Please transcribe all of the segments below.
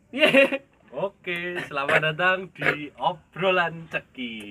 Iya. Oke, selamat datang di obrolan ceki.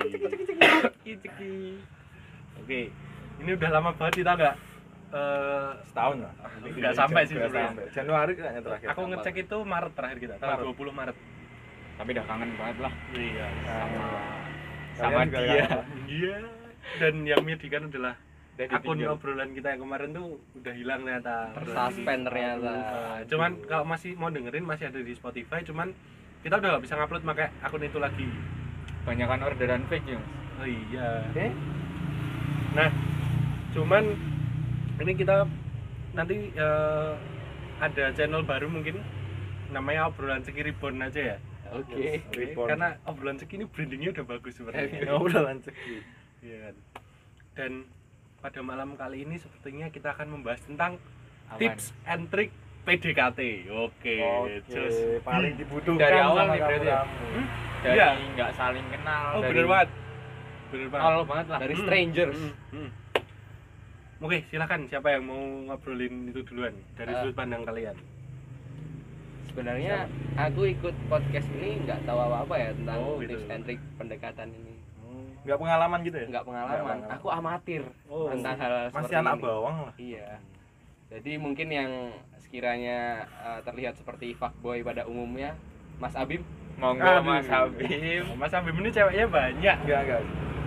Oke, ini udah lama banget kita nggak setahun lah. nggak sampai sih sebenarnya. Januari kayaknya terakhir. Aku ngecek itu Maret terakhir kita, tanggal 20 Maret. Tapi udah kangen banget lah Iya, sama Kalian juga dia. kangen. iya. Dan yang menyedihkan adalah Udah akun ditinjau. obrolan kita yang kemarin tuh udah hilang ternyata. Tersuspend ternyata. Cuman kalau masih mau dengerin masih ada di Spotify, cuman kita udah nggak bisa ngupload pakai akun itu lagi. Banyakan orderan fake ya, Mas. Oh iya. Oke. Nah, cuman ini kita nanti ada channel baru mungkin namanya obrolan ceki reborn aja ya. Oke. Reborn. Karena obrolan ceki ini brandingnya udah bagus sebenarnya. Obrolan ceki. Iya kan. Dan pada malam kali ini sepertinya kita akan membahas tentang Aman. tips and trick PDKT. Oke, just paling dibutuhkan Dari awal sama nih berarti ya? kamu. Dari Iya. nggak saling kenal. Oh, dari bener banget. Bener banget. Nol banget lah. Dari strangers. Oke, silakan siapa yang mau ngobrolin itu duluan dari sudut pandang kalian. Sebenarnya aku ikut podcast ini nggak tahu apa-apa ya tentang Oh, gitu. tips and trick pendekatan ini. Nggak pengalaman gitu ya? Nggak pengalaman. Nggak Aku amatir Oh, tentang hal Masih seperti anak ini. bawang lah. Iya. Jadi mungkin yang sekiranya terlihat seperti fuckboy pada umumnya, Mas Abim. Monggo Aduh. Mas Habib. Mas Abim ini ceweknya banyak. Enggak.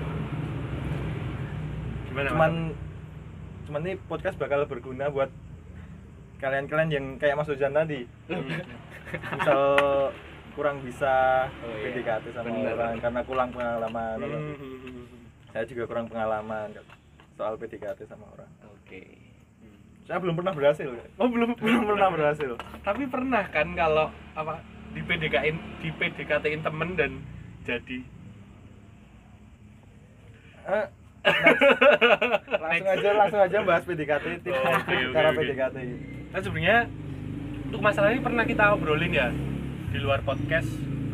Gimana? Cuman ini podcast bakal berguna buat kalian-kalian yang kayak Mas Ojan tadi. Misal kurang bisa Oh, iya. PDKT sama Bener. orang karena kurang pengalaman. Hmm. Saya juga kurang pengalaman soal PDKT sama orang. Oke. Saya belum pernah berhasil. Oh, belum Pernah berhasil. Tapi pernah kan kalau apa di PDKT-in temen dan jadi langsung aja bahas PDKT tips Oh, and oke, trick oke, cara oke. PDKT. Nah sebenarnya untuk masalah ini pernah kita obrolin ya di luar podcast.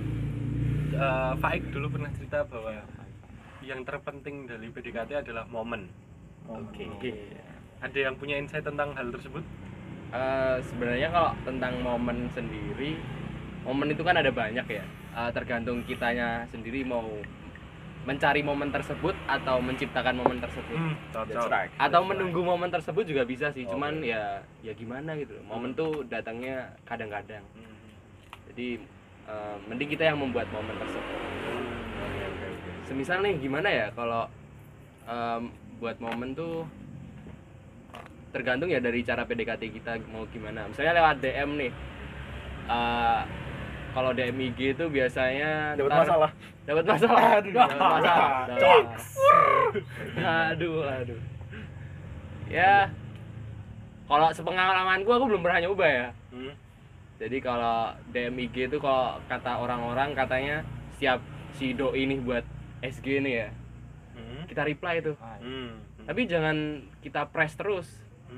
Faik dulu pernah cerita bahwa yang terpenting dari PDKT adalah momen. Oke. Ada yang punya insight tentang hal tersebut? Sebenarnya kalau tentang momen sendiri, momen itu kan ada banyak ya. Tergantung kitanya sendiri mau mencari momen tersebut atau menciptakan momen tersebut. That's right. Atau menunggu momen tersebut juga bisa sih. Cuman Oke. ya gimana gitu. Momen tuh datangnya kadang-kadang. Jadi mending kita yang membuat momen tersebut. Semisal nih gimana ya kalau buat momen tuh tergantung ya dari cara PDKT kita mau gimana. Misalnya lewat DM nih. Kalau DM IG itu biasanya Dapat ntar- masalah. dapat masalah. Dapat masalah. Aduh. Ya. Kalau sepengalamanku aku belum pernah nyoba ya. Jadi kalau DM IG itu kalau kata orang-orang katanya setiap si doi ini buat SG nih ya, kita reply itu. Tapi jangan kita press terus.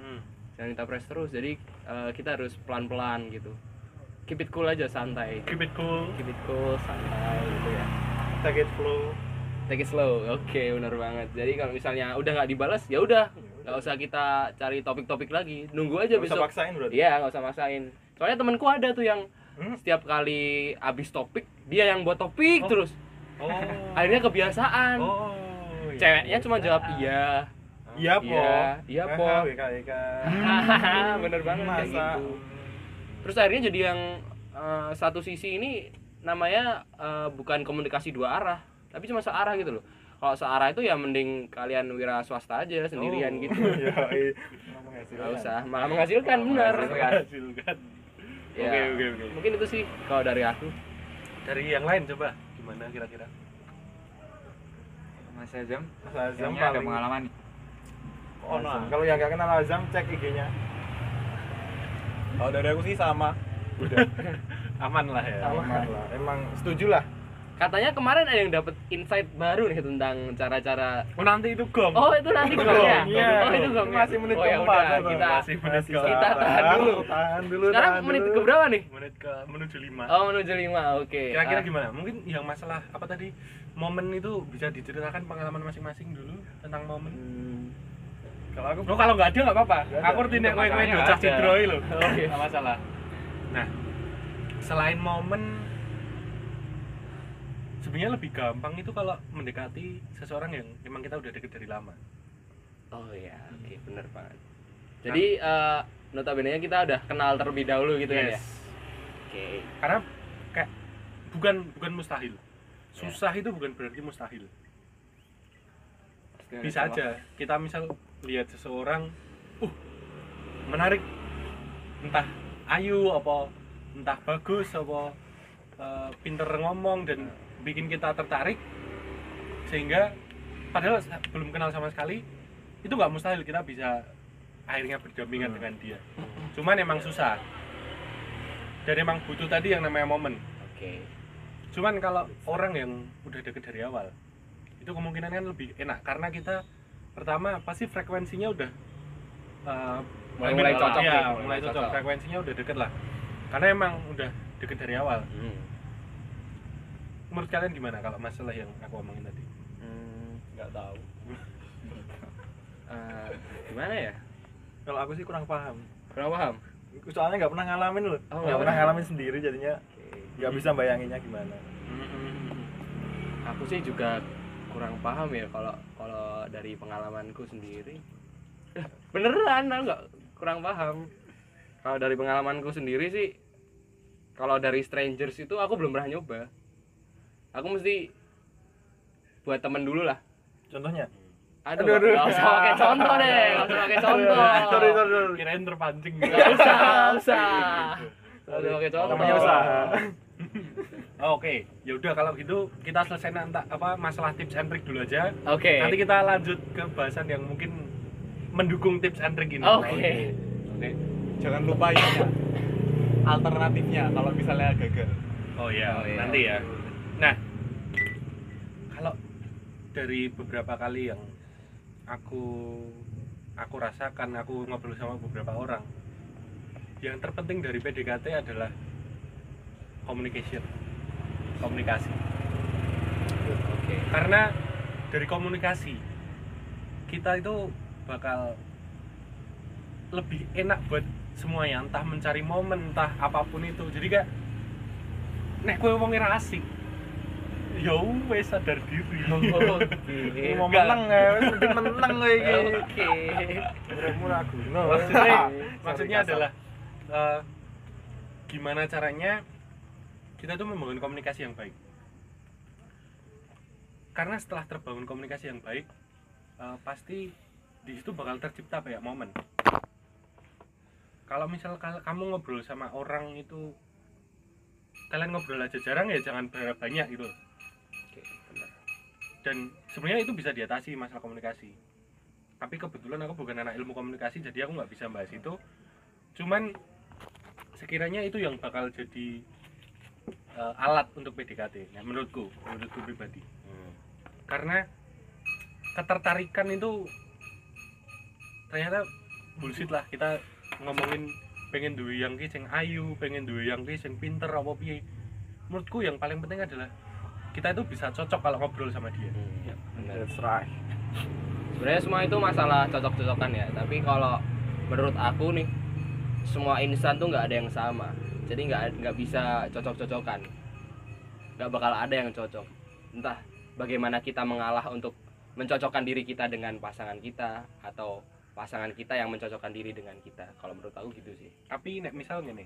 Jadi kita harus pelan-pelan gitu. Keep it cool aja, santai. Keep it cool. Keep it cool, santai gitu ya. Take it flow. Take it slow. Oke, benar banget. Jadi kalau misalnya udah nggak dibalas, ya udah, nggak usah kita cari topik-topik lagi. Nunggu aja Nggak usah besok. paksain berarti. Iya, nggak usah maksain. Soalnya temanku ada tuh yang setiap kali habis topik, dia yang buat topik terus. Oh. Akhirnya kebiasaan. Oh. Ceweknya cuma jawab iya. Iya, po. Iya, po. WKWK. Bener banget kayak Masa? gitu. Terus akhirnya jadi yang satu sisi ini namanya bukan komunikasi dua arah, tapi cuma searah gitu loh. Kalau searah itu ya mending kalian wira swasta aja sendirian Oh. gitu. Iya, Nggak usah, malah menghasilkan bener. Menghasilkan. Ya, Oke. mungkin itu sih kalau dari aku. Dari yang lain coba gimana kira-kira? Mas Azam. Mas Azam Kayaknya ada paling pengalaman nih. Azam. Kalau yang nggak kenal Azam, cek IG-nya. Kalau dari aku sih sama. Aman lah ya. Aman lah. Emang setuju lah. Katanya kemarin ada yang dapat insight baru nih tentang cara-cara. Oh nanti itu gong. Oh, itu nanti gongnya. Iya. Oh, itu gongnya. Masih menit oh, ya keempat, udah, Bang. kita Masih menit ke kita tahan dulu. Tahan dulu. Sekarang tahan menit dulu. ke berapa nih? menit ke menuju 5. Oh, menuju 5. Oke. Kira-kira gimana? Mungkin yang masalah apa tadi? Momen itu bisa diceritakan pengalaman masing-masing dulu tentang momen. Kalau aku Oh, kalau nggak ada nggak apa-apa. Nggak ada. Aku ngerti nek kowe Masalahnya docah nggak ada. cidroi lho. Oke. Nggak masalah. Nah, selain momen, sebenarnya lebih gampang itu kalau mendekati seseorang yang memang kita udah deket dari lama. Oh iya, oke, bener banget. Jadi notabene kita udah kenal terlebih dahulu gitu kan ya. Oke. Karena kayak bukan mustahil. Susah itu bukan berarti mustahil. Bisa aja kita misal lihat seseorang menarik, entah ayu apa entah bagus apa pinter ngomong dan bikin kita tertarik, sehingga padahal belum kenal sama sekali itu nggak mustahil kita bisa akhirnya berdampingan dengan dia. Cuman emang susah dan emang butuh tadi yang namanya momen. Oke. Cuman kalau orang yang udah deket dari awal itu kemungkinan kan lebih enak karena kita pertama pasti frekuensinya udah mulai cocok ya, nih, mulai cocok. Frekuensinya udah deket lah karena emang udah deket dari awal. Menurut kalian gimana kalau masalah yang aku omongin tadi? Nggak tahu. Gimana ya? Kalau aku sih kurang paham. Kurang paham? Soalnya nggak pernah ngalamin loh. Oh, Nggak pernah ngalamin sendiri jadinya nggak bisa bayanginnya gimana. Aku sih juga kurang paham ya kalau dari pengalamanku sendiri. Beneran aku nggak kurang paham. Kalau dari pengalamanku sendiri sih, kalau dari strangers itu aku belum pernah nyoba. Aku mesti buat temen dulu lah. Contohnya? Aduh, nggak usah pakai contoh deh, nggak usah pakai contoh. Sorry. Kirain terpancing. Nggak usah. Nggak usah pakai contoh. Namanya usaha. Oke, ya udah kalau gitu kita selesai masalah tips and trick dulu aja. Oke. Nanti kita lanjut ke bahasan yang mungkin mendukung tips and trick ini. Oke. Jangan lupa ya alternatifnya kalau misalnya gagal. Oh iya, nanti ya. Nah, kalau dari beberapa kali yang aku rasakan, aku ngobrol sama beberapa orang, yang terpenting dari PDKT adalah komunikasi. Oke. Karena dari komunikasi kita itu bakal lebih enak buat semuanya, entah mencari momen, entah apapun itu. Jadi kayak nek kowe wong ora asik, ya wes sadar diri. Mau menang ya, wis mending menang kowe iki. Oke. Murah guna. Maksudnya adalah gimana caranya kita tuh membangun komunikasi yang baik. Karena setelah terbangun komunikasi yang baik, pasti di situ bakal tercipta banyak momen. Kalau misal kamu ngobrol sama orang itu, kalian ngobrol aja jarang ya, jangan berharap banyak gitu. Oke, benar. Dan sebenarnya itu bisa diatasi masalah komunikasi. Tapi kebetulan aku bukan anak ilmu komunikasi, jadi aku nggak bisa bahas itu. Cuman sekiranya itu yang bakal jadi alat untuk PDKT. Nah, menurutku pribadi. Karena ketertarikan itu ternyata bullshit lah. Kita ngomongin pengen duwe yang ki sing ayu, pengen duwe yang ki sing pinter apa piye. Menurutku yang paling penting adalah kita itu bisa cocok kalau ngobrol sama dia. Ya, benar. That's right. Sebenarnya semua itu masalah cocok-cocokan ya. Tapi kalau menurut aku nih, semua insan tuh nggak ada yang sama. Jadi nggak bisa cocok-cocokan. Nggak bakal ada yang cocok. Entah bagaimana kita mengalah untuk mencocokkan diri kita dengan pasangan kita, atau pasangan kita yang mencocokkan diri dengan kita. Kalau menurut aku gitu sih. Tapi nek misalnya nih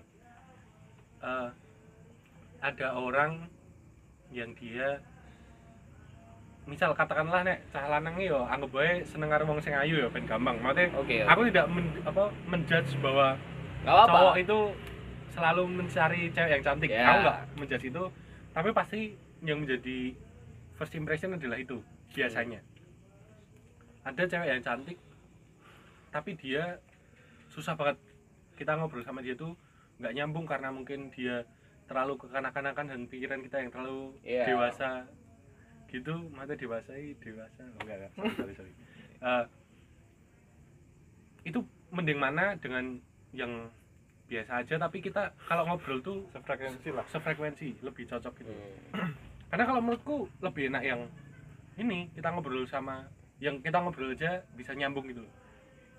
ada orang yang dia misal katakanlah nek cah lanang yo anggap bae seneng karo wong sing ayu ya ben gampang. Maksudnya Oke. aku tidak menjudge bahwa Nggak apa-apa. cowok itu selalu mencari cewek yang cantik. Ya. Aku nggak menjudge itu, tapi pasti yang menjadi first impression adalah itu biasanya. Ada cewek yang cantik tapi dia susah banget kita ngobrol sama dia tuh nggak nyambung karena mungkin dia terlalu kekanak-kanakan dan pikiran kita yang terlalu dewasa gitu. Mata dewasa enggak sorry. Itu mending mana dengan yang biasa aja tapi kita kalau ngobrol tuh sefrekuensi lebih cocok gitu. Karena kalau menurutku lebih enak yang ini kita ngobrol sama yang kita ngobrol aja bisa nyambung gitu.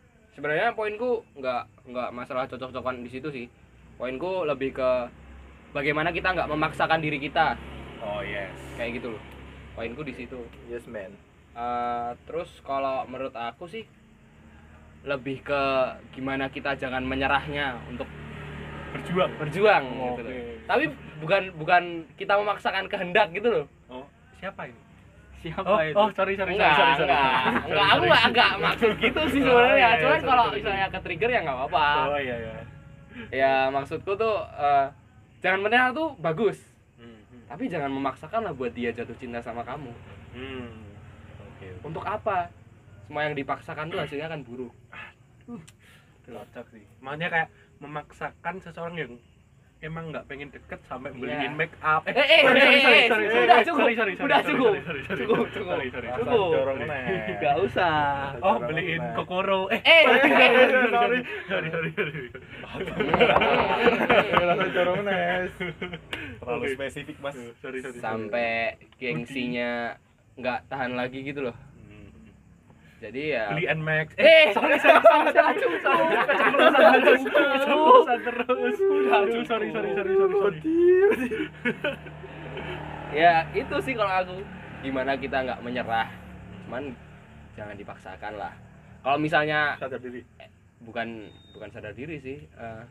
Sebenarnya poinku nggak masalah cocok-cocokan di situ sih. Poinku lebih ke bagaimana kita nggak memaksakan diri kita, Oh yes. kayak gitu loh. Poinku di situ. Yes man. Terus kalau menurut aku sih lebih ke gimana kita jangan menyerahnya untuk berjuang gitu loh. Tapi bukan kita memaksakan kehendak gitu loh. Oh, siapa ini? Siapa itu? Oh, sorry. Enggak, aku agak maksud gitu sih sebenarnya. Oh, iya, Cuman sorry, kalau sorry. misalnya ke trigger ya nggak apa-apa. Oh iya. Ya maksudku tuh jangan menyerah tuh bagus. Hmm. Tapi jangan memaksakan lah buat dia jatuh cinta sama kamu. Oke. Untuk apa? Semua yang dipaksakan tuh hasilnya akan buruk. Cocok sih. Makanya kayak memaksakan seseorang yang emang nggak pengen deket sampai Iya. beliin make up. Sorry. Udah cukup. Udah cukup. Cukup. Sorry. Cukup. Dorong nih. Gak usah. Oh, beliin kokoro. Sorry. Langsung dorong nih. Terlalu Oke. spesifik mas. Sorry. Sampai gengsinya nggak tahan lagi gitu loh. Jadi ya Beli Nmax. sorry. Keceplosan terus. Aduh, sorry. Ya itu sih kalau aku, gimana kita nggak menyerah, cuman jangan dipaksakan lah. Kalau misalnya Sadar diri. bukan sadar diri sih,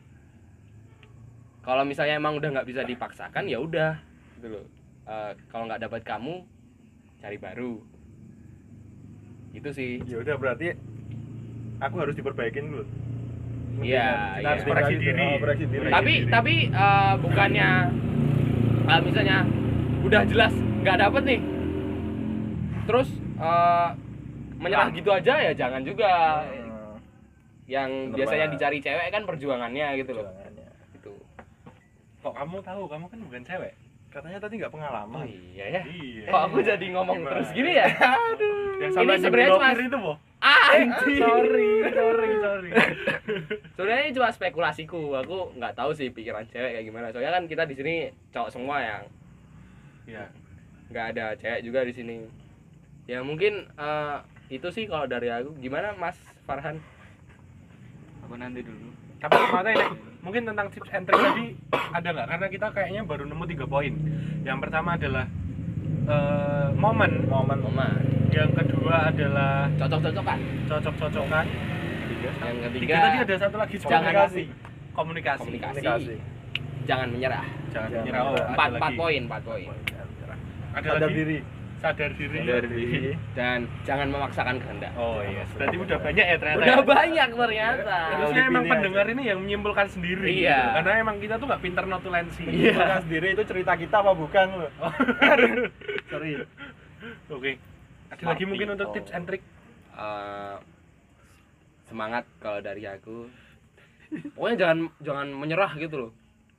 kalau misalnya emang udah nggak bisa dipaksakan ya udah gitu loh. Kalau nggak dapat kamu, cari baru. Itu sih. Ya udah berarti aku harus diperbaikin dulu. Iya, Kita harus iya. koreksi diri. Koreksi diri. Tapi bukannya misalnya udah jelas nggak dapet nih, terus menyerah gitu aja ya jangan juga. Yang Bener biasanya banget. dicari cewek kan perjuangannya gitu loh. Perjuangannya. Gitu. Kok kamu tahu? Kamu kan bukan cewek. Katanya tadi nggak pengalaman. Iya ya. Iya. Kok aku jadi ngomong Gimana? terus gini ya? Yang Ini sebenarnya cuma itu, Bo. anjing. Sorry. Sebenarnya ini cuma spekulasiku. Aku nggak tahu sih pikiran cewek kayak gimana. Soalnya kan kita di sini cowok semua yang Iya. nggak ada cewek juga di sini. Ya mungkin itu sih kalau dari aku. Gimana Mas Farhan? Aku nanti dulu. Tapi makanya mungkin tentang tips and trick tadi ada nggak? Karena kita kayaknya baru nemu 3 poin. Yang pertama adalah momen. Momen. Yang kedua adalah Cocok-cocokan. cocok-cocokan. Yang Tiga ketiga tadi ada satu lagi Jangan komunikasi. komunikasi. Jangan menyerah. Jangan Jangan menyerah. Oh, menyerah. ada 4 lagi. poin. Ada Sadar lagi. diri. Sadar diri. Sadar diri. Dan jangan memaksakan kehendak. Oh iya, berarti udah banyak ya ternyata. Udah ya? banyak ternyata. Harusnya emang Pilih pendengar ini yang menyimpulkan sendiri. Iya. gitu. Karena emang kita tuh nggak pinter notulensi. Iya. Podcast sendiri itu cerita kita apa bukan lo? Sorry. Oke. Ada Smart lagi mungkin untuk people. tips and trick? Semangat kalau dari aku. Pokoknya jangan menyerah gitu loh.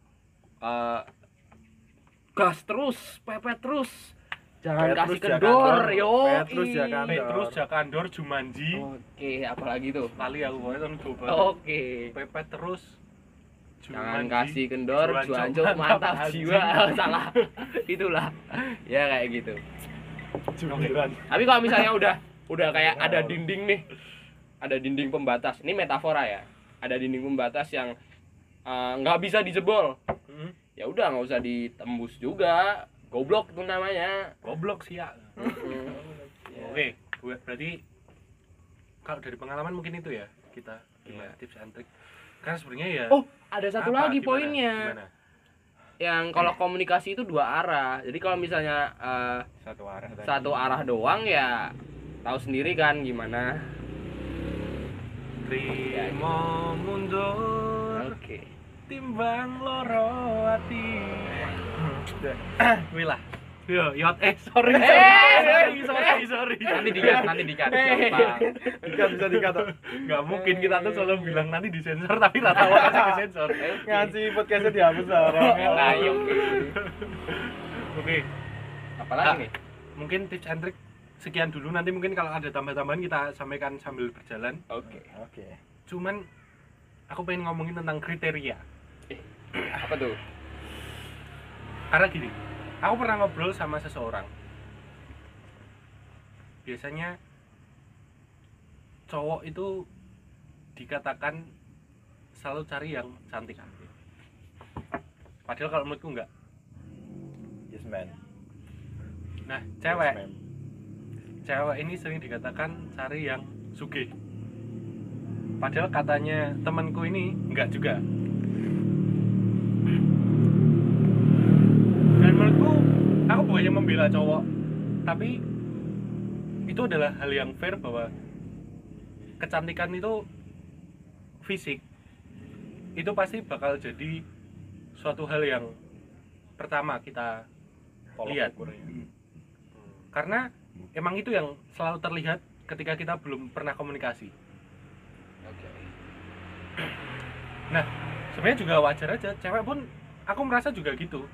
Gas terus, pepet terus. Jangan kasih kendor, yo. Petrus Jakandor. Petrus Jakandor Jumanji. Oke, apalagi tuh? Kali aku pokoknya kan coba. Oke. Pepet terus. Jangan Jumanji. kasih kendor, Juanjo, juanjo mantap anjing. jiwa. Salah. Itulah. Ya kayak gitu. Jumiran. Tapi kalau misalnya udah kayak ada dinding nih. Ada dinding pembatas. Ini metafora ya. Ada dinding pembatas yang nggak bisa dijebol. Hmm? Ya udah nggak usah ditembus juga. Goblok itu namanya. Goblok sih ya. Oke, berarti kalau dari pengalaman mungkin itu ya kita gimana Iya. tips and trick. Karena sebenarnya ya. Oh, ada satu apa, lagi gimana? poinnya. Gimana? Yang kalau komunikasi itu 2 arah. Jadi kalau misalnya Satu arah tadi. satu arah doang ya tahu sendiri kan gimana. Trimo mundur Oke. timbang loro ati. Wih lah. Yo, sorry. Nanti dikat. Gampang. Bisa dikata. Nggak mungkin kita tuh selalu bilang nanti disensor tapi tak tahu kasih ke sensor. Ngasih podcastnya dihapus lah. Nah, yuk. Oke, Apalagi nih? mungkin tips and trick sekian dulu. Nanti mungkin kalau ada tambahan-tambahan kita sampaikan sambil berjalan. Oke. Oke. Cuman aku pengen ngomongin tentang kriteria. Apa tuh? Karena gini, aku pernah ngobrol sama seseorang. Biasanya cowok itu dikatakan selalu cari yang cantik. Padahal kalau menurutku enggak. Yes man. Nah, Yes, cewek man. cewek ini sering dikatakan cari yang sugih. Padahal katanya temanku ini enggak juga. Dan menurutku aku bukannya membela cowok, tapi itu adalah hal yang fair bahwa kecantikan itu fisik itu pasti bakal jadi suatu hal yang pertama kita Tolok lihat. ukurnya. Karena emang itu yang selalu terlihat ketika kita belum pernah komunikasi. Oke. Nah, sebenarnya juga wajar aja, cewek pun aku merasa juga gitu.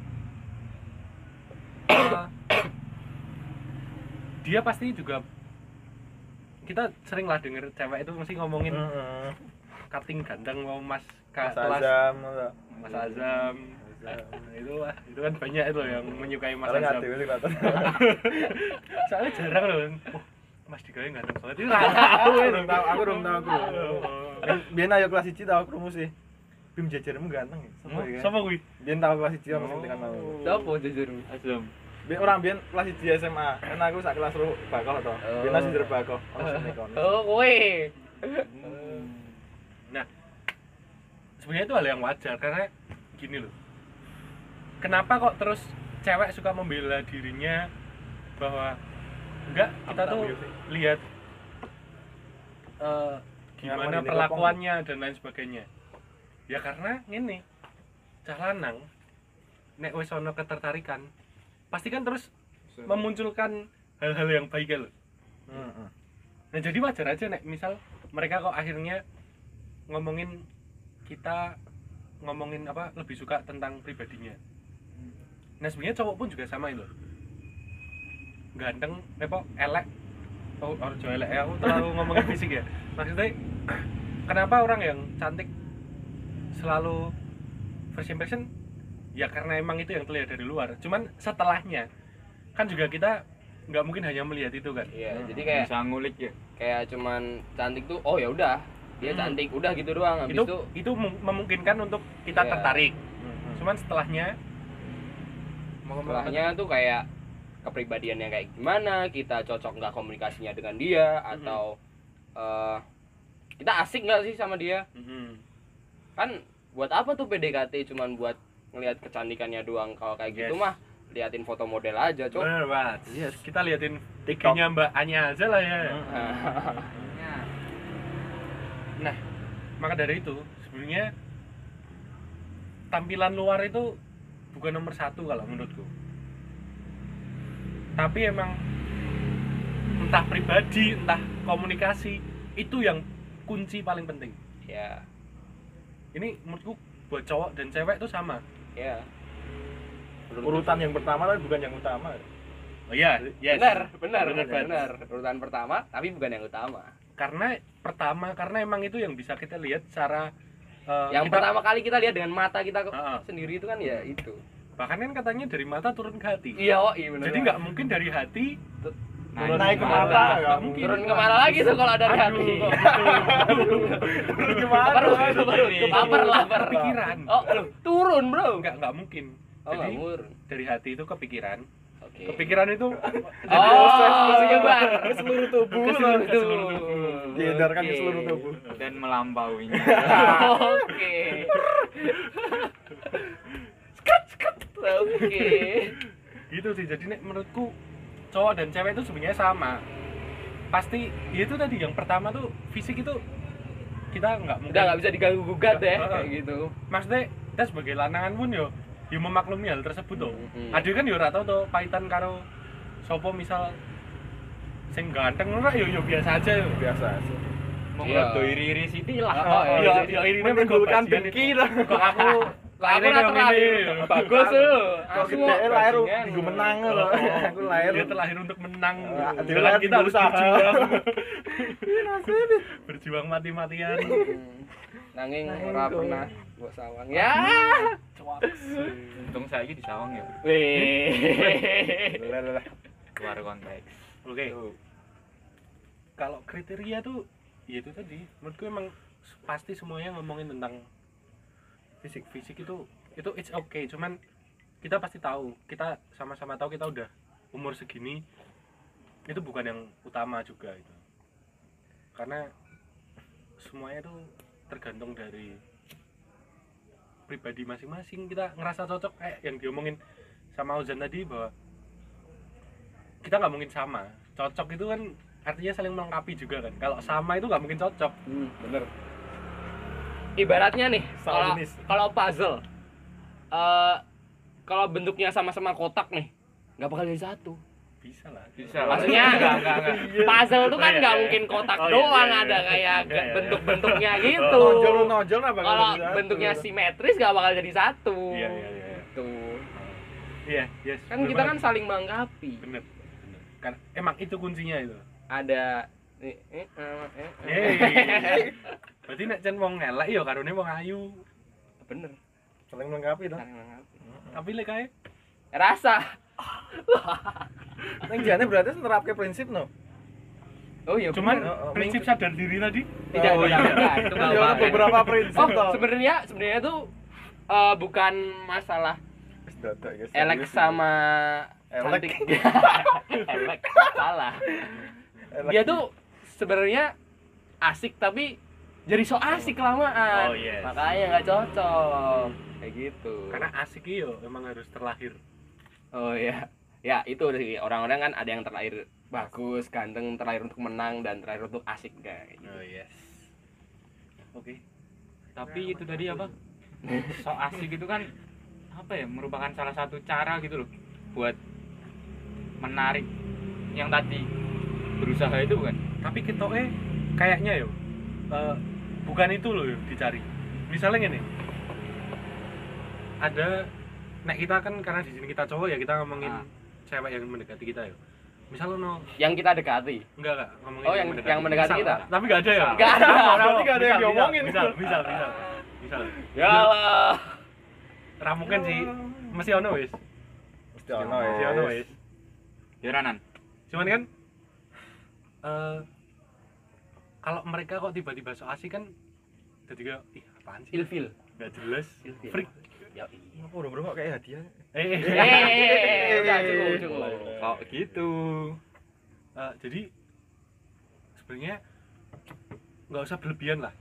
Dia pasti juga, kita sering lah denger cewek itu mesti ngomongin cutting ganteng mau mas Mas kelas Azam, Mas Azam. Itu kan banyak itu yang menyukai Mas Paling Azam. ngerti sih kelihatan. Soalnya jarang loh. Oh, Mas Dika yang ganteng banget. Itu Aku belum tahu, aku belum tahu. Biyen ayo kelas 1 tahu krungu sih. Bim jajarmu ganteng ya. Sopo ya? sama gue. Biyen tahu kelas 1 ono sing tekan mau. Sopo jujur? Azam. Biyen orang biyen kelas 1 SMA. Kan aku sak kelas ro bakoh to. Biyen nasi jer bakoh. Ono sing nekon. Oh, kowe. Nah, sebenarnya itu hal yang wajar karena gini loh. Kenapa kok terus cewek suka membela dirinya bahwa enggak, kita tuh lihat gimana perlakuannya dan lain sebagainya. Ya karena ngene, cah lanang nek wis ana ketertarikan, pasti kan terus memunculkan hal-hal yang baik lho. Heeh. Nah, jadi wajar aja nek misal mereka kok akhirnya ngomongin apa lebih suka tentang pribadinya. Nah, sebenarnya cowok pun juga sama itu. Ganteng, elek. Oh, harus elek ya. Aku terlalu ngomongin fisik ya. Maksudnya kenapa orang yang cantik selalu first impression? Ya karena emang itu yang terlihat dari luar. Cuman setelahnya kan juga kita nggak mungkin hanya melihat itu kan. Iya, jadi kayak Bisa ngulik ya. kayak cuman cantik tuh, oh ya udah, dia cantik, udah gitu doang. Habis Itu memungkinkan untuk kita Iya. tertarik. Cuman setelahnya tuh kayak kepribadiannya kayak gimana, kita cocok nggak komunikasinya dengan dia, atau kita asik nggak sih sama dia. Kan buat apa tuh PDKT, cuman buat ngelihat kecantikannya doang. Kalau kayak gitu Yes. mah liatin foto model aja, Cok. Bener banget. Yes. Kita liatin TikTok-nya Mbak Anya aja lah ya. Nah, maka dari itu sebenarnya tampilan luar itu bukan nomor satu kalau menurutku. Tapi emang entah pribadi, entah komunikasi, itu yang kunci paling penting. Ya, Ini menurutku buat cowok dan cewek itu sama. ya. Urutan yang pertama tapi bukan yang utama. Oh iya, yes. Benar. Urutan pertama, tapi bukan yang utama. Karena emang itu yang bisa kita lihat secara Yang pertama kali kita lihat dengan mata kita Heeh. sendiri itu kan ya itu. bahkan kan katanya dari mata turun ke hati. Iya, benar. Jadi nggak mungkin dari hati Naik ke mata, nggak nggak mungkin. Turun kemana lagi tuh kalau dari hati? Turun gimana? Lapar. Kepikiran. Oh, turun, Bro. Nggak mungkin. Oh, Jadi ngawur. dari hati itu kepikiran. Oke. Kepikiran itu Segar. Seluruh tubuh. ke seluruh tubuh. Diedarkan ke seluruh tubuh. Dan melampauinya. Oke. Oke. Gitu sih. Jadi nek menurutku cowok dan cewek itu sebenarnya sama. Pasti ya itu tadi yang pertama tuh fisik itu kita nggak mungkin. Udah nggak bisa diganggu gugat deh Heeh. kayak gitu. Maksudnya kita sebagai lanangan pun yo memaklumi hal tersebut tuh. Mm-hmm. Ada kan yo ora tau tuh paitan karo sopo misal sing ganteng ora yo biasa aja yo. Biasa. Mau Iya. ngedo iri-iri sithik lah. Yo ini Menimbulkan dengki lah. Kok aku lahirnya Aku yang terlalu ini. bagus tuh. Kok gede lahir minggu menang loh. Aku lahir. Dia terlahir untuk menang. Dia Jalan lahir kita harus berusaha. berjuang. Berjuang mati-matian. Nanging ora pernah mbok sawang. Ya. Untung saya di sawang ya. Weh. Lah. Keluar konteks. Oke. Kalau kriteria tuh ya itu tadi. Menurutku emang pasti semuanya ngomongin tentang fisik itu itu it's okay, cuman kita pasti tahu, kita sama-sama tahu kita udah umur segini itu bukan yang utama juga itu, karena semuanya itu tergantung dari pribadi masing-masing. Kita ngerasa cocok kayak yang diomongin sama Ozan tadi, bahwa kita nggak mungkin sama. Cocok itu kan artinya saling melengkapi juga kan. Kalau sama itu nggak mungkin cocok. Bener. Ibaratnya nih, Sama jenis. kalau puzzle, kalau bentuknya sama-sama kotak nih, nggak bakal jadi satu. Bisa lah. Bisa lah. Maksudnya enggak. puzzle tuh kan Oh, iya, nggak iya. mungkin kotak Oh, iya, doang, iya, ada iya. kayak Iya, iya. bentuk-bentuknya gitu. Nonjol apa Kalau bentuknya simetris nggak bakal jadi satu. Iya, iya, iya. Tuh. Iya, yes. Kan kita kan saling melengkapi. bener. Kan emang itu kuncinya itu. Ada Berarti nek jan wong elek ya karone wong ayu. bener. saling melengkapi toh. Saling melengkapi. Tapi lek kae Rasa. Neng jane berarti nerapke prinsip no. Oh iya. cuman bener. prinsip sadar diri tadi tidak Oh, iya. tidak. Itu nggak Ada apa-apa. beberapa prinsip Oh, toh. sebenarnya tuh bukan masalah Wis dadak, guys. elek sama Elek. cantik. Elek salah. Elek. Dia tuh sebenarnya asik tapi jadi so asik kelamaan. Oh, yes. Makanya nggak cocok. Kayak gitu. karena asik yo emang harus terlahir. Oh iya. Ya, itu sih orang-orang kan ada yang terlahir bagus, ganteng, terlahir untuk menang dan terlahir untuk asik kayak gitu. Oh yes. Oke. Tapi itu tadi apa? So asik itu kan apa ya? Merupakan salah satu cara gitu loh buat menarik yang tadi berusaha itu bukan? Tapi ketoke kayaknya yo bukan itu loh yo dicari. Misalnya gini. Ada kita kan karena di sini kita cowok ya, kita ngomongin cewek yang mendekati kita ya. Misalnya no, Yang kita dekati. enggak ngomongin Oh, yang mendekati Misal, kita? Tapi enggak ada ya? Nggak ada. Berarti nggak ada yang diomongin. Misal. Ya Allah. Ramukan sih mesti ono wis. Mesti ono Mesti ya. ono wis. Jaranan. Cuman kan kalau mereka kok tiba-tiba so asik kan jadi kayak ih apaan sih? Ilfil. Enggak jelas. Ilfil. Freak. Ya iya. Apa udah kok kayak hadiah? Udah cukup. Kok gitu? Jadi sebenarnya nggak usah berlebihan lah.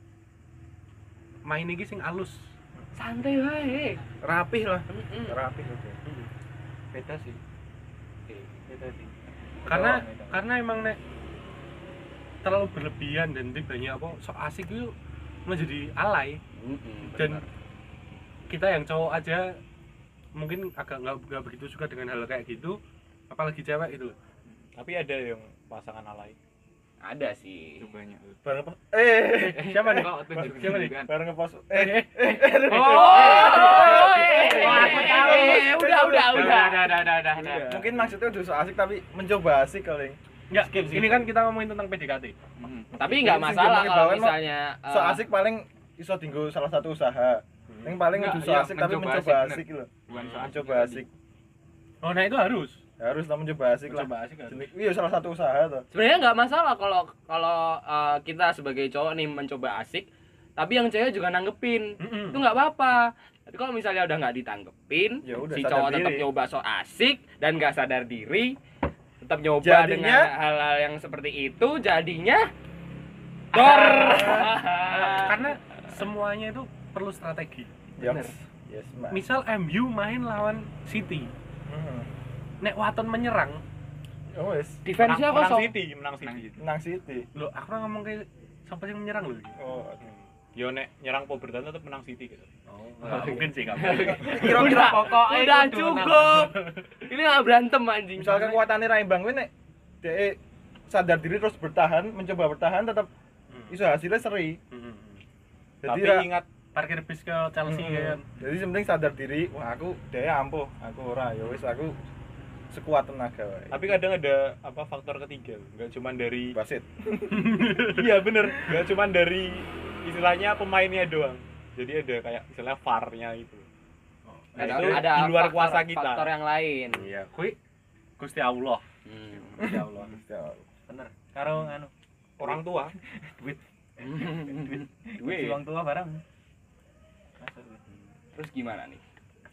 Main ini sing halus. Santai wae. Rapih lah. Mm-mm. Rapih oke. Beda sih. Beda sih. Karena emang nek terlalu berlebihan dan banyak apa sok asik itu menjadi alay. Dan kita yang cowok aja mungkin agak nggak begitu suka dengan hal kayak gitu, apalagi cewek itu. Tapi ada yang pasangan alay. Ada sih. Itu banyak. Bareng apa? Siapa nih? Kok Siapa nih? tunjuk-tunjukkan? Bareng ngepost. Aku tahu. Udah. Udah. Mungkin maksudnya udah so asik tapi mencoba asik kali. Enggak, ini kan kita ngomongin tentang PDKT. Tapi nggak Jadi, masalah sejauh kalau ini misalnya So asik paling iso tinggal salah satu usaha. Yang paling Enggak, udah so iya, asik tapi mencoba mencoba asik, asik loh. Bukan so asik Mencoba tadi. asik. Oh, nah itu harus. Harus lah mencoba asik lah. Mencoba asik harus. Iya salah satu usaha tuh. sebenarnya nggak masalah kalau kita sebagai cowok nih mencoba asik, tapi yang cewek juga nanggepin. Mm-mm. Itu nggak apa-apa. Tapi kalau misalnya udah nggak ditanggepin, Ya udah, si sadar cowok tetap diri. nyoba so asik dan nggak sadar diri, tetap nyoba Jadinya- dengan hal-hal yang seperti itu, jadinya dor. Karena semuanya itu perlu strategi. Yes. Yes, Mbak. Misal MU main lawan City, nek waton menyerang, Oh wes. Defense-nya menang kosong. City, menang City. Menang City. loh aku kan ngomong kayak siapa yang menyerang loh. Oh. Yo nek nyerang Pobertan tetap menang City gitu. Oh, mungkin sih kamu. Kira-kira Pokoknya Udah itu cukup. Ini nggak berantem anjing. misalkan kekuatannya Raimbang kuwi nek dhek sadar diri terus bertahan, mencoba bertahan tetap iso hasilnya seri. Jadi Tapi ingat Parkir bis ke Chelsea kan. Jadi yang penting sadar diri, wah aku dhek ampuh, aku ora, ya wis aku sekuat tenaga wae. tapi kadang ada apa faktor ketiga, enggak cuman dari Basit. iya bener, enggak cuman dari istilahnya pemainnya doang. Jadi ada kayak istilahnya VAR-nya itu. Nah, itu di luar kuasa kita. Faktor yang lain. Iya, kuwi Gusti Allah. Gusti Allah. Bener. Karo anu Orang tua. duit uang tua barang. Terus gimana nih?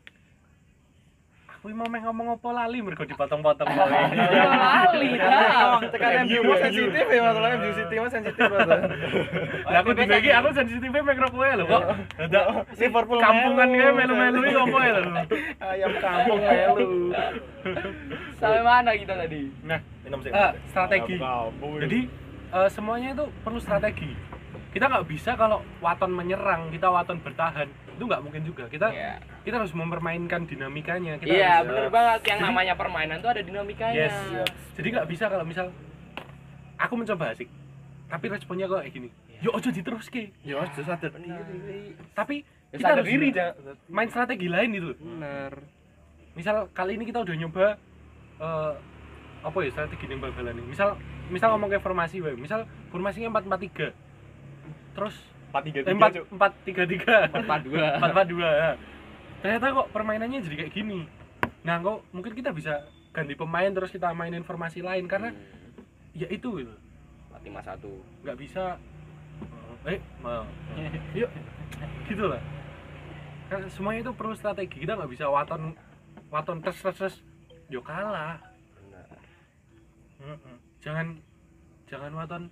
Aku mau ngomong apa lali mergo dipotong-potong. Lali dah. Tekan MU mah sensitif ya masalah MU City mah sensitif banget. Lah aku dino iki aku sensitifnya mek kowe lho kok. Dadak Liverpool kampungan melu. kae melu-melu iki opo ya lho. Ayam kampung melu. Sampai mana kita tadi? Nah, Minum sih. strategi. Jadi semuanya itu perlu strategi. Kita nggak bisa kalau waton menyerang, kita waton bertahan. Itu nggak mungkin juga. Kita Iya. kita harus mempermainkan dinamikanya. Kita Iya, harus, bener banget. Yang Jadi- namanya permainan tuh ada dinamikanya. Yes. Jadi nggak bisa kalau misal aku mencoba asik, tapi responnya kok kayak gini. Yo ojo diteruske. Yo, sadar Bener. diri. Tapi Ya, kita sadar harus diri, main strategi lain gitu loh. Bener. Misal kali ini kita udah nyoba apa ya strategi yang bal-balan nih. Misal ngomong kayak formasi, wae. Misal formasinya 4-4-3. Terus 4-3-3 Cuk. 4-3-3. 4-4-2. 4-4-2 ya. Ternyata kok permainannya jadi kayak gini. Nah, kok mungkin kita bisa ganti pemain terus kita mainin formasi lain karena ya itu gitu. 4-5-1. Nggak bisa mau yuk gitu lah. Karena semuanya itu perlu strategi. Kita nggak bisa waton tes yo kalah. Bener. Jangan waton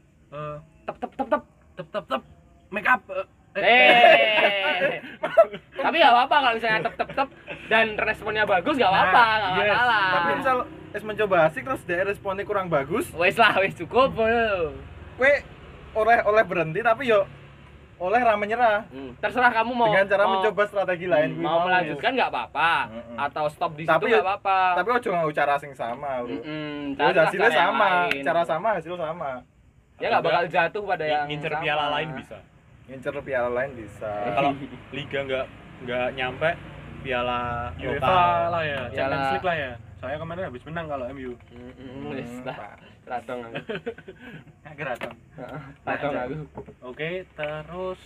Tep. make up Tapi nggak apa-apa kalau misalnya tep dan responnya bagus nggak apa-apa, nggak yes. masalah. Tapi misal mencoba asik terus dia responnya kurang bagus, wes cukup. kowe oleh berhenti tapi yo oleh ra menyerah Terserah kamu mau dengan cara mau- mencoba strategi lain kuwi mau melanjutkan nggak apa-apa atau stop di situ Tapi nggak apa-apa. Tapi ojo nganggo cara sing sama lho. Carilah Hasilnya cara yang sama, lain. cara sama hasil sama. Ya nggak bakal jatuh pada yang Ngincer sama. piala lain bisa. Ngincer piala lain bisa. Kalau liga nggak nyampe piala UEFA lokal. lah ya, Piala- Champions League lah ya. Saya kemarin habis menang kalau MU. Wes lah. Ratong aku. Geratong. Ratong aku. Oke, terus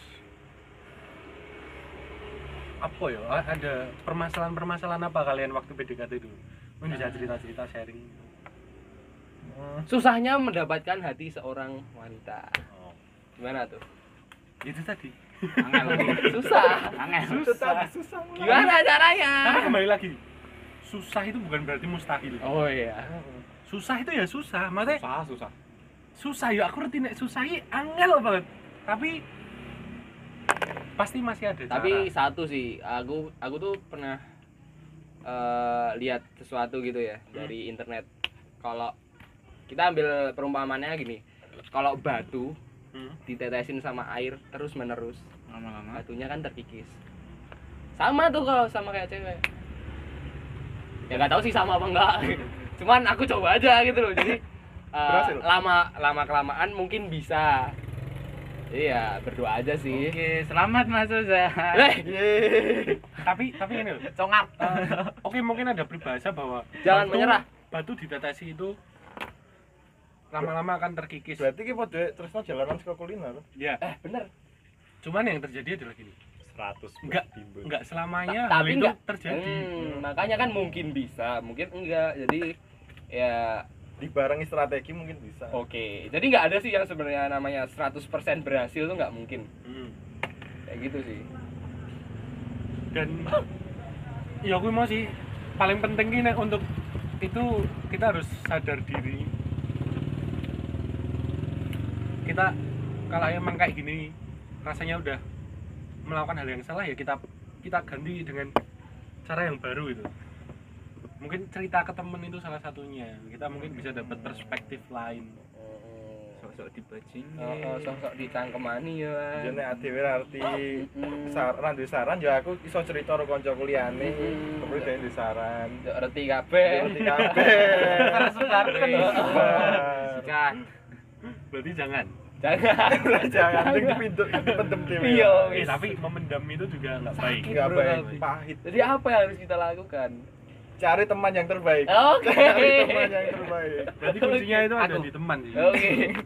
apa ya? Ada permasalahan apa kalian waktu PDKT dulu? Mungkin bisa cerita-cerita sharing. Susahnya mendapatkan hati seorang wanita. Gimana tuh? Itu tadi. Susah. Susah. Gimana caranya? Tapi kembali lagi, susah itu bukan berarti mustahil. Oh iya. Susah itu ya susah, maksudnya Susah. susah ya aku ngerti nek susah ini angel banget. Tapi pasti masih ada cara. Tapi satu sih, aku tuh pernah lihat sesuatu gitu ya dari internet. Kalau kita ambil perumpamannya gini, kalau batu ditetesin sama air terus menerus, Lama-lama. batunya kan terkikis. Sama tuh kalau sama kayak cewek. Ya nggak tahu sih sama apa enggak. Cuman aku coba aja gitu loh. Jadi Berhasil? lama kelamaan mungkin bisa. Iya, berdoa aja sih. Oke, selamat Mas Uza. tapi ini loh, Congak. oke mungkin ada peribahasa bahwa Jangan menyerah. Batu ditetesi itu lama-lama akan terkikis. Berarti ki padha tresno jalanan saka kuliner. Ya, Bener. cuman yang terjadi adalah gini. 100 bimbel. Enggak selamanya hal Tapi itu enggak terjadi. makanya kan mungkin bisa, mungkin enggak. Jadi ya Dibarengi strategi mungkin bisa. oke. Jadi enggak ada sih yang sebenarnya namanya 100% berhasil tuh enggak mungkin. Kayak gitu sih. Dan ya aku mau sih paling penting ini untuk itu kita harus sadar diri. Kita kalau emang kayak gini rasanya udah melakukan hal yang salah ya kita ganti dengan cara yang baru itu. Mungkin cerita ke temen itu salah satunya. Kita mungkin bisa dapat perspektif lain. Sosok dibajing. Sosok dicangkemani ya. Jane dhewe arti saran duwe saran ya aku iso cerita karo kancaku liyane. Kemudian dhewe duwe saran. Yo reti kabeh. Ngerti kabeh. Sikat. Berarti jangan. Jangan dipintu pendem dhewe. Iya. Tapi memendam itu juga nggak baik. Enggak Bro, baik, tapi. pahit. Jadi apa yang harus kita lakukan? Cari teman yang terbaik. Oke. Cari teman yang terbaik. Berarti kuncinya itu ada Aku. di teman sih. Oke.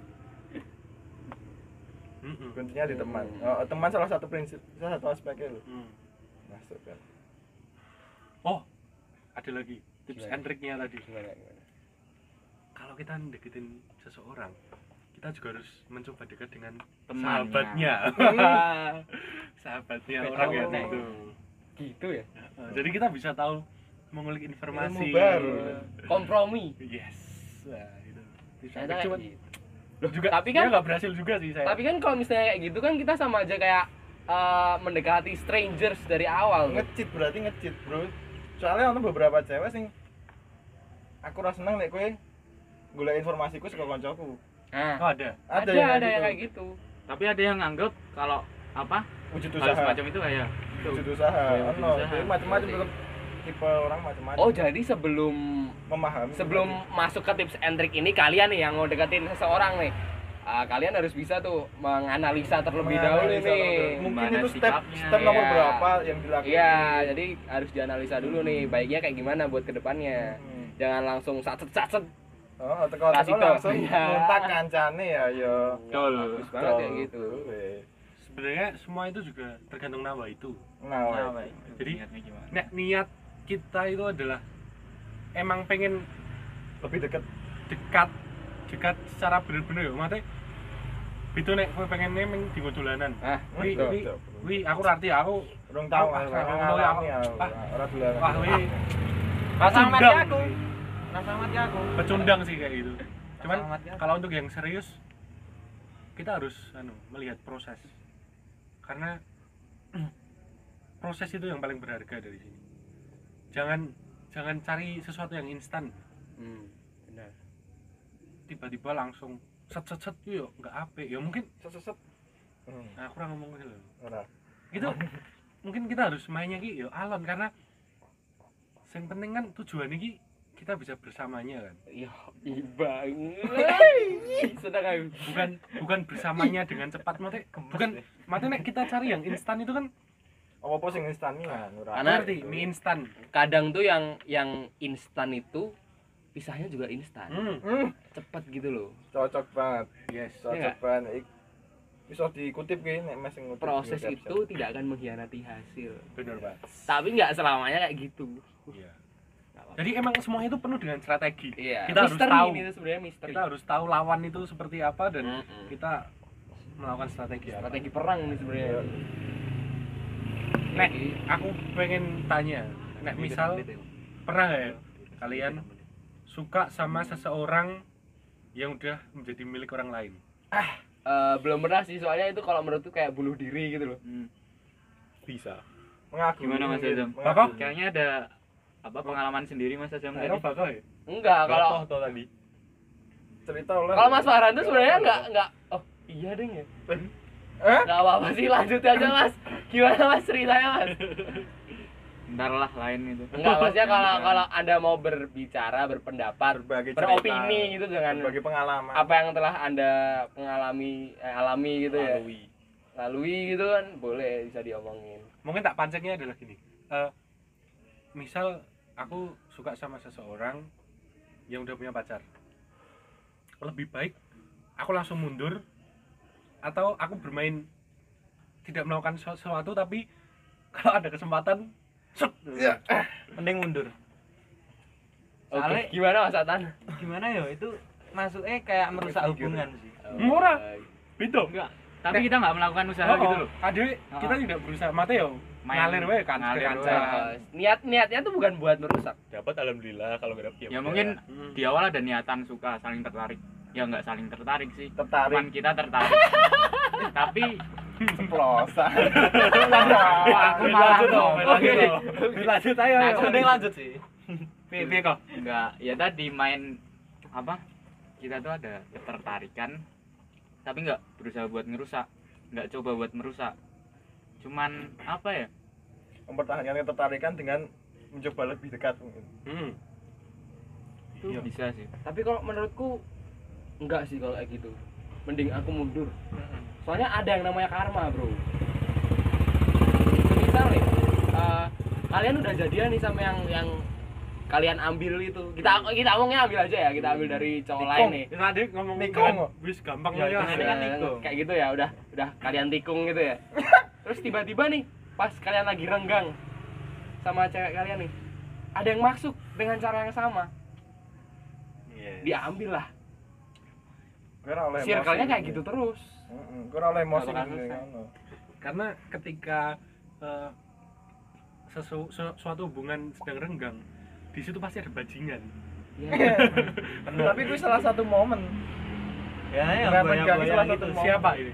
Kuncinya di teman. Oh, teman salah satu prinsip, salah satu aspeknya loh. Masuk kan. Oh, ada lagi tips Gimana? and triknya tadi. Gimana? Kalau kita deketin seseorang, kita juga harus mencoba dekat dengan Temannya. sahabatnya. Sahabatnya Betul. orang yang Betul. itu. gitu ya. Jadi kita bisa tahu mengulik informasi Ilmu baru. Kompromi. Yes. Nah, itu. Ternyata kayak Cuman gitu. juga tapi kan- dia nggak berhasil juga sih saya. Tapi kan kalau misalnya kayak gitu kan kita sama aja kayak mendekati strangers dari awal. Ngecit berarti ngecit, Bro. Soalnya ono beberapa cewek sing aku rasa seneng nek kowe golek informasiku saka kancaku. Nah, Oh, ada. ada yang yang gitu. kayak gitu. Tapi ada yang nganggep kalau apa Wujud hal usaha. semacam itu kayak itu. Wujud usaha. Ya, wujud Ono, usaha. jadi macam-macam tetep tipe orang macam-macam. Oh, jadi sebelum memahami. masuk ke tips and trick ini kalian nih yang mau deketin seseorang nih. Kalian harus bisa tuh menganalisa terlebih dahulu Menganalisa nih. terlebih- Mungkin Gimana itu step sikapnya. nomor Iya. berapa yang dilakukan. Iya, jadi harus dianalisa dulu nih, baiknya kayak gimana buat kedepannya. Jangan langsung satset. Oh, Kasih teko tau. langsung Iya. ngontak kancane ya yo. Betul. Bagus banget kayak gitu. Sebenarnya semua itu juga tergantung nawa itu. Nah, Nah, weh. Pak, Jadi, niatnya gimana? Nek niat kita itu adalah emang pengen lebih dekat. dekat secara bener-bener ya, maksudnya itu nek kowe pengen nemeng di dolanan. Ah, Wi, betul, wi, betul. wi, aku arti aku Urung tahu Ah, aku ah, ngalami ah, ya. ah. Ora dolanan. wah wi Rasa mati pecundang aku. sih. Rasa mati aku. Pecundang sih kayak gitu. Cuman Rasa mati aku. kalau untuk yang serius kita harus melihat proses. Karena proses itu yang paling berharga dari sini. Jangan cari sesuatu yang instan. Benar. Tiba-tiba langsung set yo nggak apik. Ya mungkin Seset. nah aku ora ngomong gitu. Ora. Gitu. Mungkin kita harus mainnya ki yo alon karena yang penting kan tujuan ini kita bisa bersamanya kan. Iya, banget. Sedang aku. Bukan bersamanya dengan cepat maksudnya nek kita cari yang instan itu kan Apa sing instan kan ora. Karena ngerti mie instan. Kadang tuh yang instan itu pisahnya juga instan. Cepet gitu loh. Cocok banget. Yes. Cocok Iya. banget. Bisa dikutip ki nek Mas ngutip. Proses di itu tidak akan mengkhianati hasil. Benar Pak. Tapi nggak selamanya kayak gitu. Iya. Jadi emang semua itu penuh dengan strategi. Iya. Kita harus Misteri tahu. ini tuh sebenarnya misteri. Kita harus tahu lawan itu seperti apa dan Mm-mm. kita melakukan strategi apa. Strategi perang ini sebenarnya. Iya. Nek, aku pengen tanya, nek misal pernah nggak ya kalian suka sama seseorang yang udah menjadi milik orang lain? Belum pernah sih, soalnya itu kalau menurutku kayak bunuh diri gitu loh. Bisa. Mengagumi. Gimana Mas Azam? Mengagumi. Kayaknya ada apa pengalaman sendiri Mas Azam tadi? Ayo bakal ya? Enggak, kalau Toh tadi. Cerita oleh. kalau Mas Farhan tuh sebenarnya enggak. Oh, iya deh ya. Enggak apa-apa sih, lanjut aja Mas. Gimana Mas ceritanya Mas? Ntar lah lain itu. Enggak, maksudnya kalau Anda mau berbicara, berpendapat, Berbagi beropini cerita, gitu dengan berbagi pengalaman. apa yang telah Anda alami gitu ya. Lalui gitu kan, boleh bisa diomongin. Mungkin tak pancingnya adalah gini. Misal aku suka sama seseorang yang udah punya pacar. Lebih baik aku langsung mundur atau aku bermain tidak melakukan sesuatu tapi kalau ada kesempatan Iya. Mending mundur. Oke, Soalnya- gimana Mas Atan? Gimana ya itu masuknya kayak merusak hubungan sih. Murah. Beda. Enggak. Tapi kita nggak melakukan usaha gitu loh. Ada kita tidak berusaha mate yo. Main- Ngalir wae kan ke ngalir kancah. Niatnya tuh bukan buat merusak. Dapat alhamdulillah, kalau nggak dapet Ya mungkin Hmm. di awal ada niatan suka, saling tertarik. Ya nggak saling tertarik sih. Tertarik. Cuman kita tertarik. Tapi Ceplosan. wah, aku malah Lanjut dong, ngomong. lanjut dong. Lanjut ayo. Nah, ayo. Mending lanjut sih. Piye kok? Enggak, ya tadi main apa? Kita tuh ada ketertarikan tapi nggak berusaha buat ngerusak, nggak coba buat merusak. Cuman apa ya? Mempertahankan ketertarikan dengan mencoba lebih dekat mungkin. Itu Iya. bisa sih. Tapi kalau menurutku enggak sih kalau kayak gitu. Mending aku mundur. Soalnya ada yang namanya karma, Bro. Misal nih, kalian udah jadian nih sama yang kalian ambil itu. Kita ngomongnya ambil aja ya, kita ambil dari cowok lain nih. Kita adik ngomong Nikung. wis gampang Ya, ya. ini kan tikung. Kayak gitu ya, udah kalian tikung gitu ya. Terus tiba-tiba nih, pas kalian lagi renggang sama cewek kalian nih, ada yang masuk dengan cara yang sama. Diambil lah. Kira oleh emosi. Circle-nya kayak gitu terus. Kira oleh emosi Nggak bakal gitu, selesai. ngono. Karena ketika suatu hubungan sedang renggang, di situ pasti ada bajingan. Tapi gue salah satu momen. Ya, Keren renggang banyak salah gitu. satu momen. Siapa ini?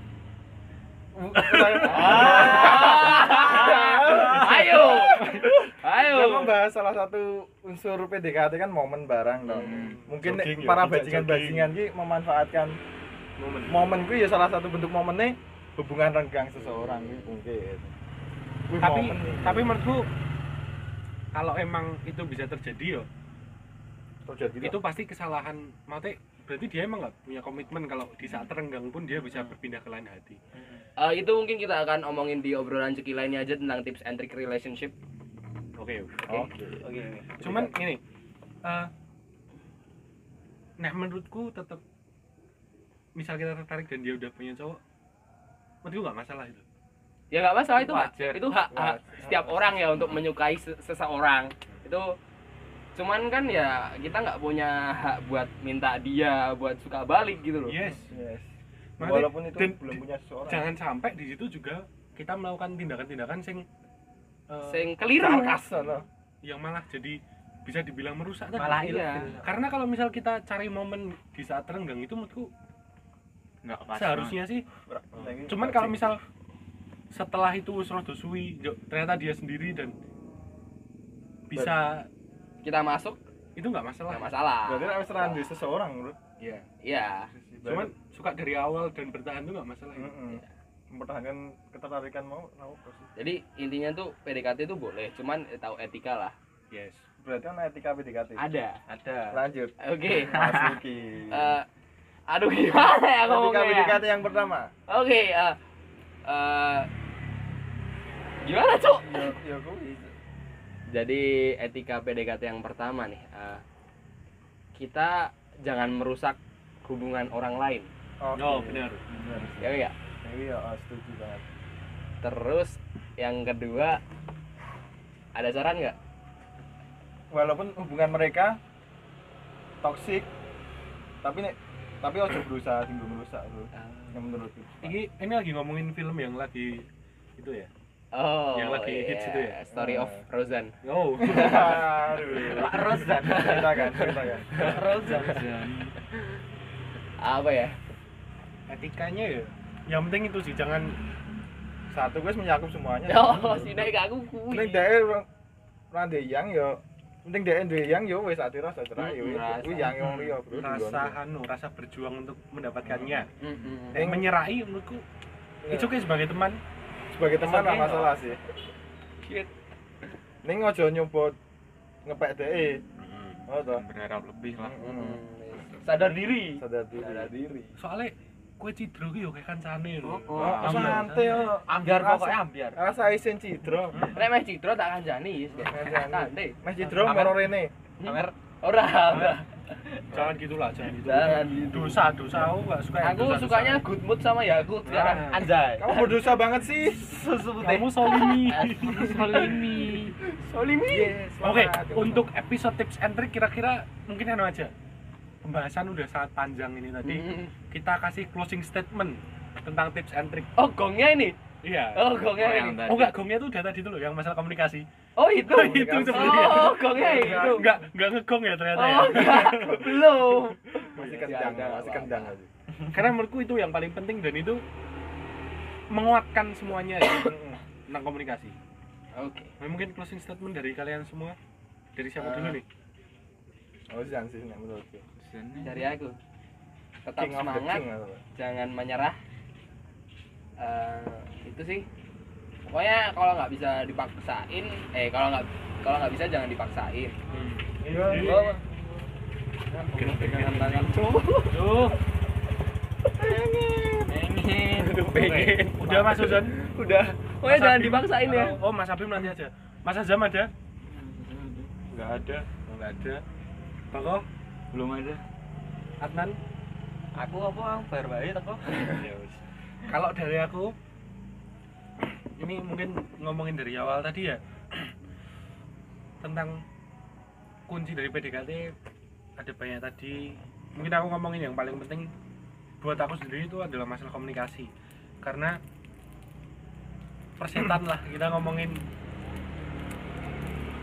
Ayo. Ayo. Kita membahas salah satu unsur PDKT kan momen barang dong. Mungkin nek Jogging ya, para ajak bajingan-bajingan ki memanfaatkan momen ku ya salah satu bentuk momennya hubungan renggang seseorang ki mungkin. Kuwi Tapi momen nih. tapi menurutku kalau emang itu bisa terjadi yo, terjadi itu pasti kesalahan. Maksudnya berarti dia emang nggak punya komitmen kalau di saat renggang pun dia bisa berpindah ke lain hati. Itu mungkin kita akan omongin di obrolan ceki lainnya aja tentang tips and trick relationship. Oke. Oke. Cuman ini nah menurutku tetap misal kita tertarik dan dia udah punya cowok, menurutku nggak masalah itu. Ya nggak masalah, itu Wajar. itu hak setiap orang ya untuk menyukai seseorang. Itu cuman kan ya kita nggak punya hak buat minta dia buat suka balik gitu loh. Yes. Yes. Maksudnya, Walaupun itu dan belum punya seseorang. jangan sampai di situ juga kita melakukan tindakan-tindakan Sing keliru. sarkas no. yang malah jadi bisa dibilang merusak tadi. Malah Iya. Karena kalau misal kita cari momen di saat renggang itu menurutku Nggak pas. seharusnya sih. Cuman kalau misal setelah itu rada suwi ternyata dia sendiri dan bisa Kita masuk itu nggak masalah. nggak masalah. Berarti harus randu seseorang, Bro. Iya. Iya. Cuman suka dari awal dan bertahan itu nggak masalah. Ya. Mempertahankan ketertarikan mau pasti. Jadi intinya tuh PDKT itu boleh, cuman tahu etika lah. Yes. Berarti kan etika PDKT. Ada. Lanjut. Oke. Mas Luki. Aduh gimana ya Etika ngomongnya? PDKT yang pertama. Oke. Gimana cok? Ya kuwi. Jadi etika PDKT yang pertama nih, kita jangan merusak hubungan orang lain. Oh, benar. Ya enggak? Iya, setuju banget. Terus yang kedua, ada saran nggak? Walaupun hubungan mereka toksik, tapi ojo berusaha timbul merusak, Bro. Yang menurutku. Ini lagi ngomongin film yang lagi itu ya. Oh, Yang lagi iya. hits itu ya? Story of Roseanne. Oh. Aduh. Pak Rozan. Ceritakan. Rozan. Apa ya? Etikanya ya. Yang penting itu sih jangan Satu guys menyakup semuanya. Oh, si Nek aku kuwi. Penting dhek ora ndeyang ya. Penting dhek ndeyang ya wis ati rasa cerai ya. Rasa. Kuwi yang wong liya, Bro. rasa berjuang untuk mendapatkannya. Mm-mm. Menyerahi menurutku itu kayak sebagai teman. Sebagai teman lah Oke. masalah sih. Shit. Ning ojo nyoba ngepek dhek. Oh toh. Berharap lebih lah. Sadar diri. Sadar diri. Soalnya kue cidro ki yo kayak kancane lho. Oh, santai yo. Ambiar pokoknya ambiar. Rasa isen cidro. Nek meh Cidro tak kancani wis. Kancani. Santai. Mas cidro moro rene. Amer. Ora. Jangan gitulah, jangan gitu. Jangan gitu. Dosa aku enggak suka yang Aku dosa-dosa. sukanya good mood sama Yakult sekarang. Nah. Anjay. Kamu berdosa banget sih. Susu putih. Kamu solimi. Solimi. Oke, untuk episode tips and trick kira-kira mungkin anu aja. Pembahasan udah sangat panjang ini tadi. Kita kasih closing statement tentang tips and trick. Oh, gongnya ini. Iya. Oh, gongnya yang ini. tadi. Oh enggak, gongnya tuh udah tadi tuh loh yang masalah komunikasi. Oh, itu. Itu sebenarnya. Oh, gongnya itu. Enggak ngegong ya ternyata ya. Oh, enggak. Belum. Masih kendang, Ya, masih kendang aja. Karena menurutku itu yang paling penting dan itu menguatkan semuanya ya tentang komunikasi. Oke. Nah, mungkin closing statement dari kalian semua. Dari siapa dulu nih? Oh, jangan sih nek menurutku. Dari aku. Tetap King of the semangat, king, apa? jangan menyerah. Itu sih. Pokoknya kalau nggak bisa dipaksain, kalau nggak bisa jangan dipaksain. Iya. Pegangan tangan. Duh, pengen. Udah Mas Ozan? Udah. Pokoknya Mas jangan Abim? dipaksain ya. Oh, Mas Abim nanti aja. Mas Azam ada? Nggak ada. Oh, enggak ada. Toko? Belum ada. Adnan? Aku apa bayar bae teko. Ya wis. Kalau dari aku ini mungkin ngomongin dari awal tadi ya tentang kunci dari PDKT ada banyak tadi. Mungkin aku ngomongin yang paling penting buat aku sendiri itu adalah masalah komunikasi. Karena persetan lah kita ngomongin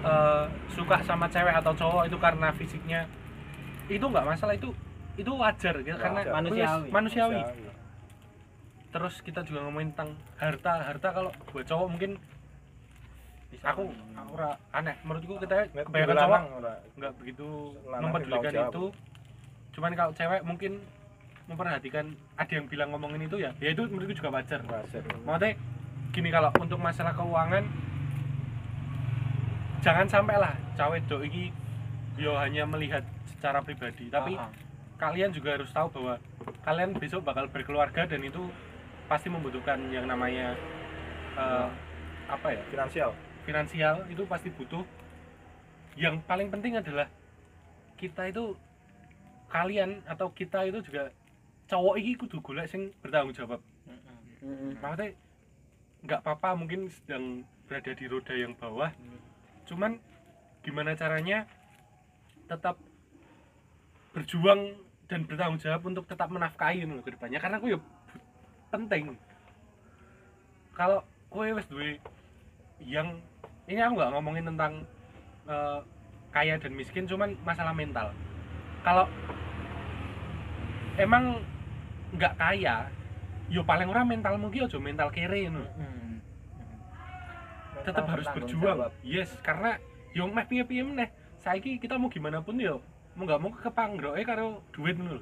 suka sama cewek atau cowok itu karena fisiknya, itu nggak masalah, itu wajar gitu, karena manusiawi. Terus kita juga ngomongin tentang harta kalau buat cowok mungkin aku ora aneh, menurutku kita kebanyakan cowok nggak begitu mempedulikan itu. Cuman kalau cewek mungkin memperhatikan, ada yang bilang ngomongin itu ya itu menurutku juga wajar. Maksudnya gini, kalau untuk masalah keuangan jangan sampai lah cewek dok iki yo hanya melihat secara pribadi, tapi kalian juga harus tahu bahwa kalian besok bakal berkeluarga dan itu pasti membutuhkan yang namanya apa ya, finansial itu pasti butuh. Yang paling penting adalah kita itu, kalian atau kita itu juga cowok iki kudu golek sing bertanggung jawab. Maksudnya nggak apa-apa mungkin sedang berada di roda yang bawah, cuman gimana caranya tetap berjuang dan bertanggung jawab untuk tetap menafkahi ke depannya, karena aku ya penting. Kalau kowe wis duwe yang ini, aku nggak ngomongin tentang kaya dan miskin, cuman masalah mental. Kalau emang nggak kaya, yo paling ora mental mungkin aja mental kere ngono. Tetap harus berjuang. Yes, karena yo meh piye-piye meneh. Saiki kita mau gimana pun yo mau nggak mau kepangroke karo duit ngono lho.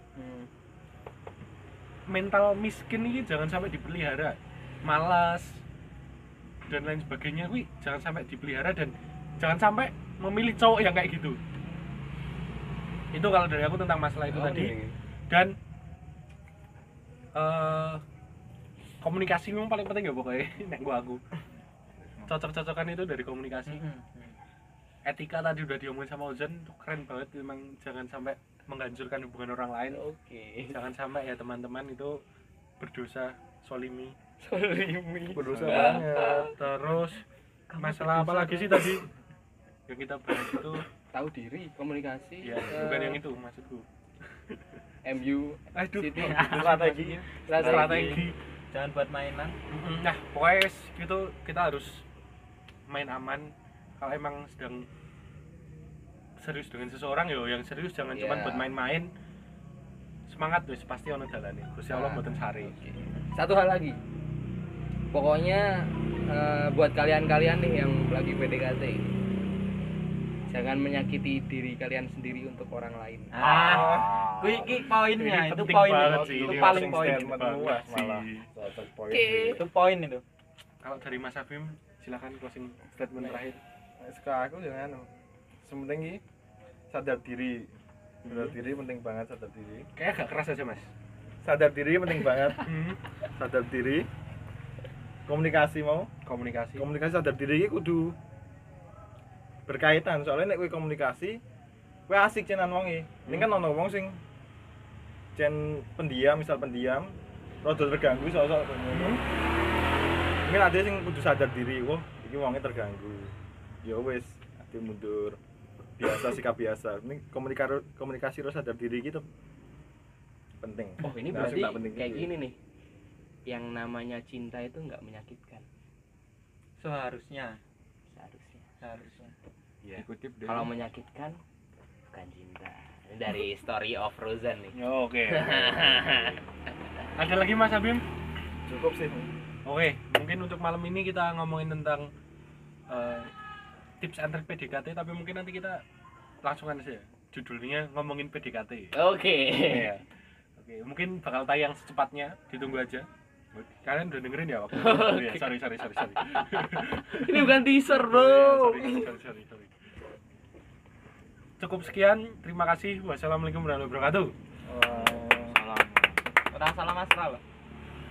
Mental miskin ini jangan sampai dipelihara. Malas dan lain sebagainya kuwi jangan sampai dipelihara, dan jangan sampai memilih cowok yang kayak gitu. Itu kalau dari aku tentang masalah itu tadi. Dan komunikasi memang paling penting ya pokoknya. Nek aku cocok-cocokan itu dari komunikasi. Etika tadi udah diomongin sama Ozan, keren banget. Memang jangan sampai menghancurkan hubungan orang lain. Jangan sampai ya teman-teman itu berdosa solimi. Berdosa banget. Terus masalah apa lagi sih tadi yang kita bahas itu? Tahu diri, komunikasi. Ya, bukan yang itu maksudku. MU, Aduh, City. strategi. Jangan buat mainan. Nah, pokoknya gitu, kita harus main aman. Kalau emang sedang serius dengan seseorang, yo yang serius, jangan cuma buat main-main. Semangat wis, pasti ono dalane. Gusti Allah mboten sare. Satu hal lagi, pokoknya buat kalian-kalian nih yang lagi PDKT, jangan menyakiti diri kalian sendiri untuk orang lain. Iki poinnya, Ini itu penting poin banget itu, sih, itu ini paling closing poin. statement banget sih. Itu poin itu. Kalau dari Mas Afim, silakan closing statement terakhir. Sekarang aku jangan sementing iki sadar diri. Sadar diri penting banget, sadar diri. Kayak agak keras aja, Mas. Sadar diri penting banget. Sadar diri. Komunikasi komunikasi sadar diri iki kudu berkaitan, soalnya nek kowe komunikasi kowe asik cenan wonge. Ini kan ono wong sing cen pendiam, misal pendiam rada terganggu soal ngomong. Mungkin ada sing kudu sadar diri, wah iki wonge terganggu. Ya wis, ati mundur. Biasa, sikap biasa. Ini komunikasi harus sadar diri gitu penting. Oh, ini Nah, berarti sing tak penting kayak gitu. gini nih, yang namanya cinta itu nggak menyakitkan Seharusnya. Ya. Dikutip dari Kalau menyakitkan bukan cinta. Ini dari Story of Frozen nih. Oke. Ada lagi Mas Abim? Cukup sih. Oke, mungkin untuk malam ini kita ngomongin tentang tips and trik PDKT, tapi mungkin nanti kita langsung aja judulnya ngomongin PDKT. Oke. Iya. Oke, mungkin bakal tayang secepatnya, ditunggu aja. Kalian udah dengerin ya waktu itu? Oh, iya, sorry. Ini bukan teaser, bro. Sorry. Cukup sekian, terima kasih. Wassalamualaikum warahmatullahi wabarakatuh. Salam Mas Ral.